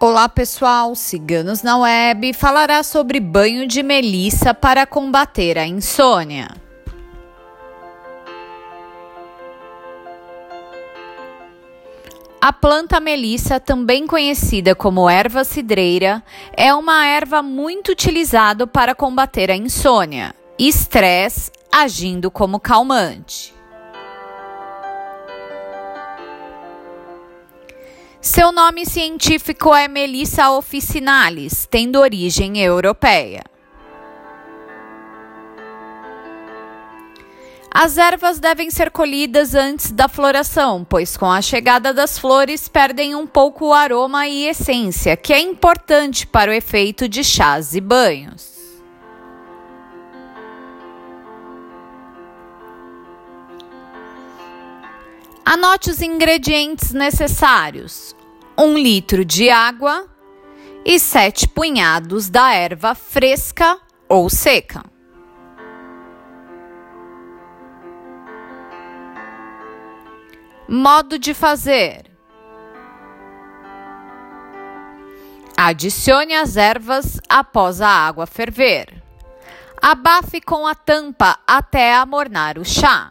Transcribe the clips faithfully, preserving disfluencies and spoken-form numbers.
Olá pessoal, Ciganos na Web falará sobre banho de melissa para combater a insônia. A planta melissa, também conhecida como erva cidreira, é uma erva muito utilizada para combater a insônia e estresse, agindo como calmante. Seu nome científico é Melissa officinalis, tendo origem europeia. As ervas devem ser colhidas antes da floração, pois com a chegada das flores perdem um pouco o aroma e essência, que é importante para o efeito de chás e banhos. Anote os ingredientes necessários: um litro de água e sete punhados da erva fresca ou seca. Modo de fazer: adicione as ervas após a água ferver. Abafe com a tampa até amornar o chá.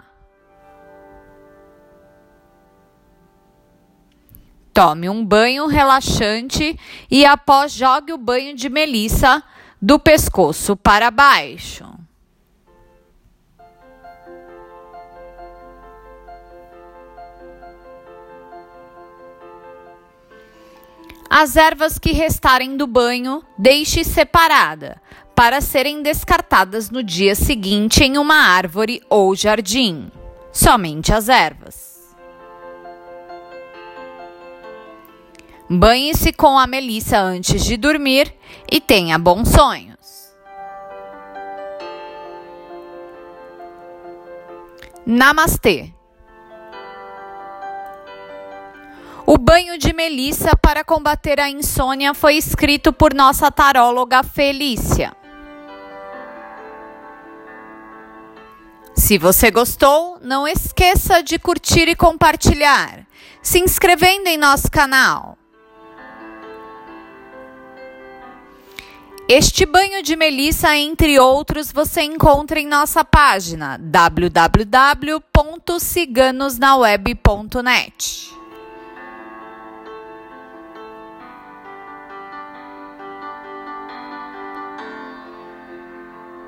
Tome um banho relaxante e após jogue o banho de melissa do pescoço para baixo. As ervas que restarem do banho, deixe separada, para serem descartadas no dia seguinte em uma árvore ou jardim. Somente as ervas. Banhe-se com a melissa antes de dormir e tenha bons sonhos. Namastê! O banho de melissa para combater a insônia foi escrito por nossa taróloga Felícia. Se você gostou, não esqueça de curtir e compartilhar, se inscrevendo em nosso canal. Este banho de melissa, entre outros, você encontra em nossa página w w w ponto ciganos na web ponto net.